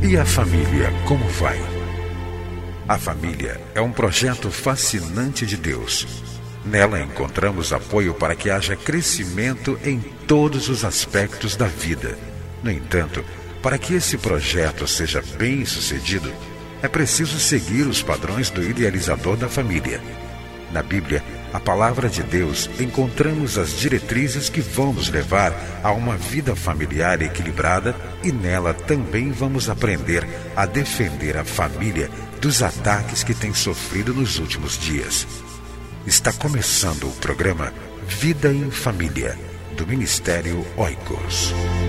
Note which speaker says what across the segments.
Speaker 1: E a família, como vai? A família é um projeto fascinante de Deus. Nela encontramos apoio para que haja crescimento em todos os aspectos da vida. No entanto, para que esse projeto seja bem-sucedido, é preciso seguir os padrões do idealizador da família. Na Bíblia, a palavra de Deus, encontramos as diretrizes que vão nos levar a uma vida familiar equilibrada e nela também vamos aprender a defender a família dos ataques que tem sofrido nos últimos dias. Está começando o programa Vida em Família, do Ministério Oikos.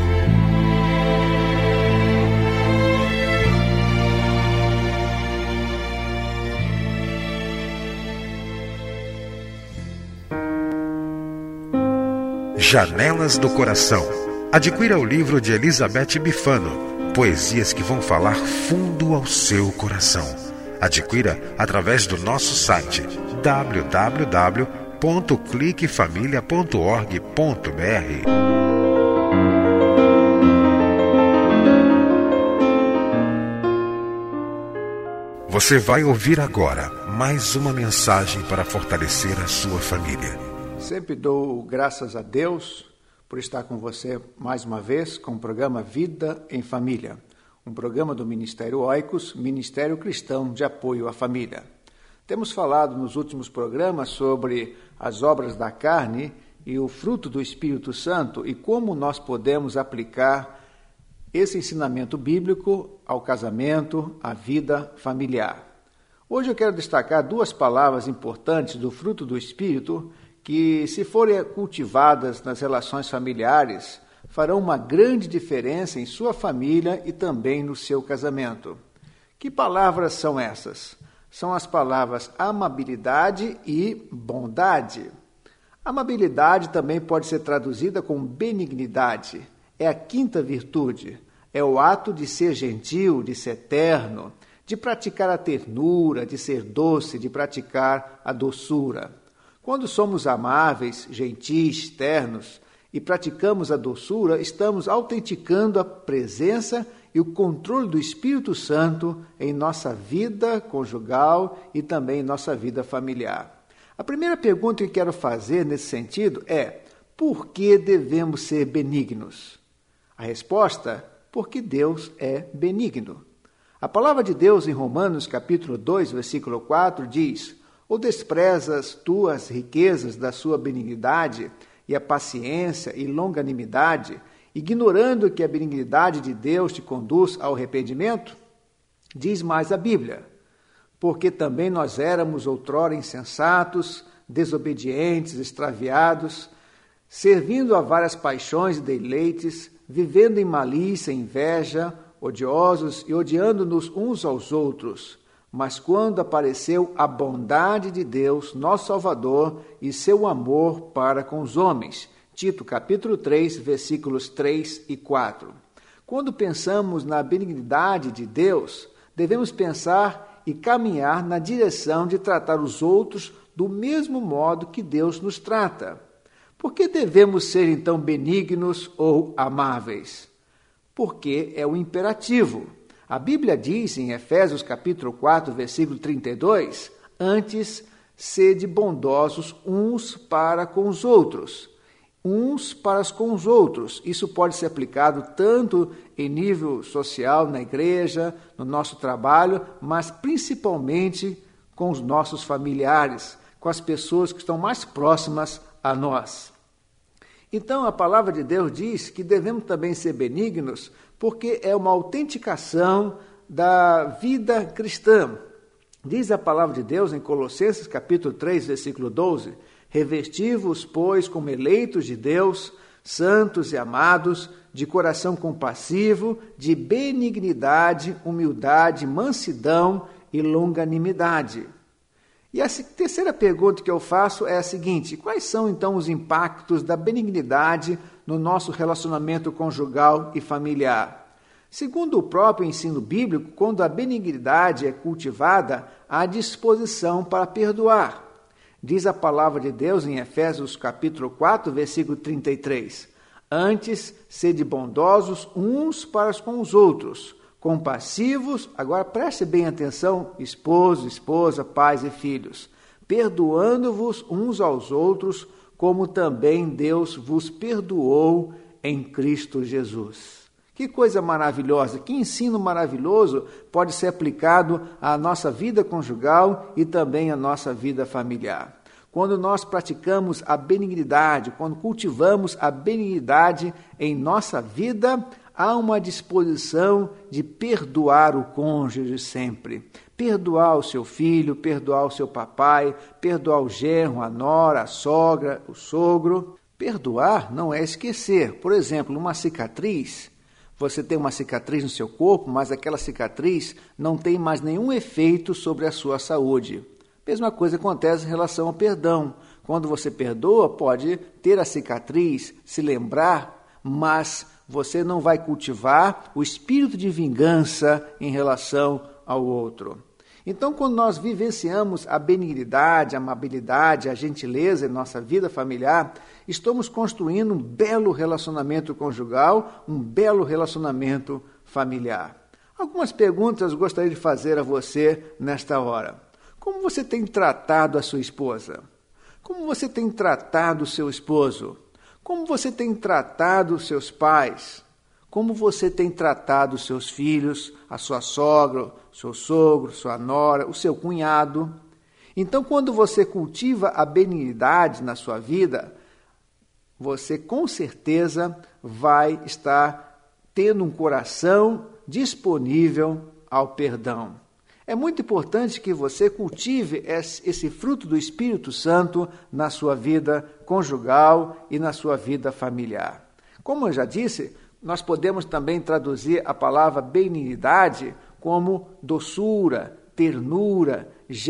Speaker 1: Janelas do Coração. Adquira o livro de Elizabeth Bifano, poesias que vão falar fundo ao seu coração. Adquira através do nosso site www.cliquefamilia.org.br. Você vai ouvir agora mais uma mensagem para fortalecer a sua família.
Speaker 2: Sempre dou graças a Deus por estar com você mais uma vez com o programa Vida em Família, um programa do Ministério Oikos, Ministério Cristão de Apoio à Família. Temos falado nos últimos programas sobre as obras da carne e o fruto do Espírito Santo e como nós podemos aplicar esse ensinamento bíblico ao casamento, à vida familiar. Hoje eu quero destacar duas palavras importantes do fruto do Espírito que, se forem cultivadas nas relações familiares, farão uma grande diferença em sua família e também no seu casamento. Que palavras são essas? São as palavras amabilidade e bondade. Amabilidade também pode ser traduzida como benignidade. É a quinta virtude. É o ato de ser gentil, de ser terno, de praticar a ternura, de ser doce, de praticar a doçura. Quando somos amáveis, gentis, ternos e praticamos a doçura, estamos autenticando a presença e o controle do Espírito Santo em nossa vida conjugal e também em nossa vida familiar. A primeira pergunta que quero fazer nesse sentido é: por que devemos ser benignos? A resposta: porque Deus é benigno. A palavra de Deus em Romanos capítulo 2, versículo 4 diz: ou desprezas tu as riquezas da sua benignidade e a paciência e longanimidade, ignorando que a benignidade de Deus te conduz ao arrependimento? Diz mais a Bíblia: porque também nós éramos outrora insensatos, desobedientes, extraviados, servindo a várias paixões e deleites, vivendo em malícia e inveja, odiosos e odiando-nos uns aos outros. Mas quando apareceu a bondade de Deus, nosso Salvador, e seu amor para com os homens. Tito, capítulo 3, versículos 3 e 4. Quando pensamos na benignidade de Deus, devemos pensar e caminhar na direção de tratar os outros do mesmo modo que Deus nos trata. Por que devemos ser, então, benignos ou amáveis? Porque é o imperativo. A Bíblia diz em Efésios capítulo 4, versículo 32, antes, sede bondosos uns para com os outros. Uns para com os outros. Isso pode ser aplicado tanto em nível social, na igreja, no nosso trabalho, mas principalmente com os nossos familiares, com as pessoas que estão mais próximas a nós. Então, a palavra de Deus diz que devemos também ser benignos, porque é uma autenticação da vida cristã. Diz a palavra de Deus em Colossenses capítulo 3, versículo 12, revesti-vos, pois, como eleitos de Deus, santos e amados, de coração compassivo, de benignidade, humildade, mansidão e longanimidade. E a terceira pergunta que eu faço é a seguinte: quais são então os impactos da benignidade no nosso relacionamento conjugal e familiar? Segundo o próprio ensino bíblico, quando a benignidade é cultivada, há disposição para perdoar. Diz a palavra de Deus em Efésios capítulo 4, versículo 33. Antes, sede bondosos uns para com os outros, compassivos, agora preste bem atenção, esposo, esposa, pais e filhos, perdoando-vos uns aos outros, como também Deus vos perdoou em Cristo Jesus. Que coisa maravilhosa, que ensino maravilhoso pode ser aplicado à nossa vida conjugal e também à nossa vida familiar. Quando nós praticamos a benignidade, quando cultivamos a benignidade em nossa vida, há uma disposição de perdoar o cônjuge sempre. Perdoar o seu filho, perdoar o seu papai, perdoar o genro, a nora, a sogra, o sogro. Perdoar não é esquecer. Por exemplo, uma cicatriz. Você tem uma cicatriz no seu corpo, mas aquela cicatriz não tem mais nenhum efeito sobre a sua saúde. Mesma coisa acontece em relação ao perdão. Quando você perdoa, pode ter a cicatriz, se lembrar, mas você não vai cultivar o espírito de vingança em relação ao outro. Então, quando nós vivenciamos a benignidade, a amabilidade, a gentileza em nossa vida familiar, estamos construindo um belo relacionamento conjugal, um belo relacionamento familiar. Algumas perguntas eu gostaria de fazer a você nesta hora. Como você tem tratado a sua esposa? Como você tem tratado o seu esposo? Como você tem tratado os seus pais? Como você tem tratado os seus filhos, a sua sogra, o seu sogro, sua nora, o seu cunhado? Então, quando você cultiva a benignidade na sua vida, você com certeza vai estar tendo um coração disponível ao perdão. É muito importante que você cultive esse fruto do Espírito Santo na sua vida conjugal e na sua vida familiar. Como eu já disse, nós podemos também traduzir a palavra benignidade como doçura, ternura,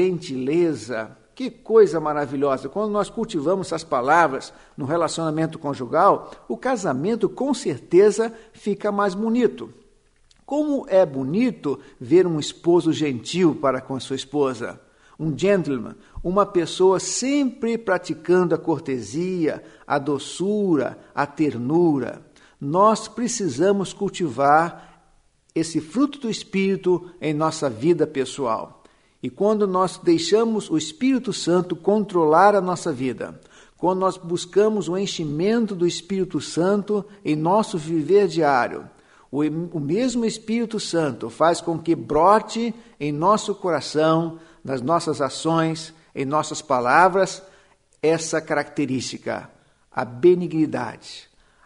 Speaker 2: gentileza. Que coisa maravilhosa! Quando nós cultivamos essas palavras no relacionamento conjugal, o casamento com certeza fica mais bonito. Como é bonito ver um esposo gentil para com a sua esposa, um gentleman, uma pessoa sempre praticando a cortesia, a doçura, a ternura. Nós precisamos cultivar esse fruto do Espírito em nossa vida pessoal. E quando nós deixamos o Espírito Santo controlar a nossa vida, quando nós buscamos o enchimento do Espírito Santo em nosso viver diário, o mesmo Espírito Santo faz com que brote em nosso coração, nas nossas ações, em nossas palavras, essa característica, a benignidade,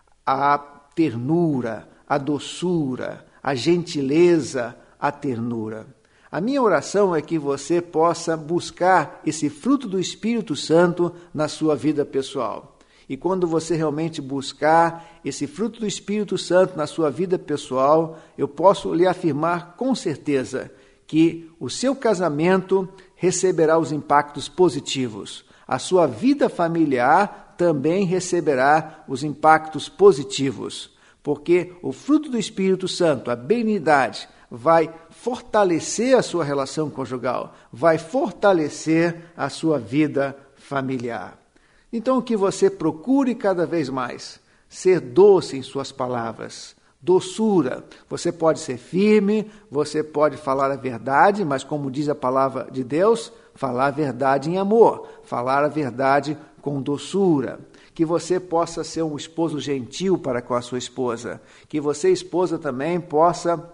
Speaker 2: a ternura, a doçura, a gentileza, a ternura. A minha oração é que você possa buscar esse fruto do Espírito Santo na sua vida pessoal. E quando você realmente buscar esse fruto do Espírito Santo na sua vida pessoal, eu posso lhe afirmar com certeza que o seu casamento receberá os impactos positivos. A sua vida familiar também receberá os impactos positivos, porque o fruto do Espírito Santo, a benignidade, vai fortalecer a sua relação conjugal, vai fortalecer a sua vida familiar. Então, que você procure cada vez mais ser doce em suas palavras, doçura. Você pode ser firme, você pode falar a verdade, mas como diz a palavra de Deus, falar a verdade em amor, falar a verdade com doçura. Que você possa ser um esposo gentil para com a sua esposa, que você, esposa, também possa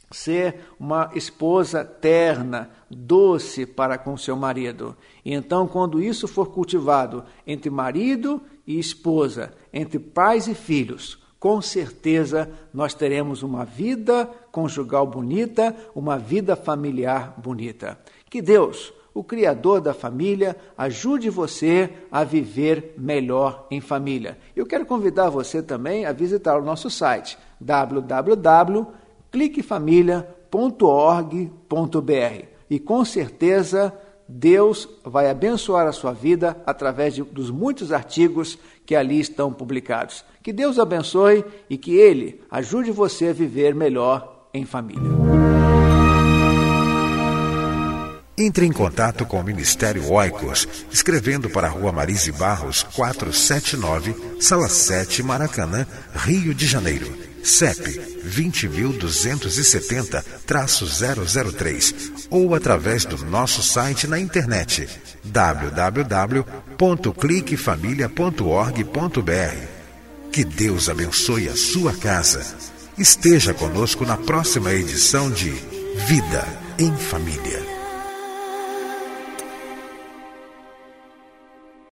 Speaker 2: ser uma esposa terna, doce para com seu marido. E então, quando isso for cultivado entre marido e esposa, entre pais e filhos, com certeza nós teremos uma vida conjugal bonita, uma vida familiar bonita. Que Deus, o Criador da família, ajude você a viver melhor em família. Eu quero convidar você também a visitar o nosso site www.cliquefamilia.org.br e com certeza Deus vai abençoar a sua vida através dos muitos artigos que ali estão publicados. Que Deus abençoe e que Ele ajude você a viver melhor em família.
Speaker 1: Entre em contato com o Ministério Oicos, escrevendo para a Rua Marise Barros, 479, Sala 7, Maracanã, Rio de Janeiro. CEP 20.270-003 ou através do nosso site na internet www.cliquefamilia.org.br. Que Deus abençoe a sua casa. Esteja conosco na próxima edição de Vida em Família.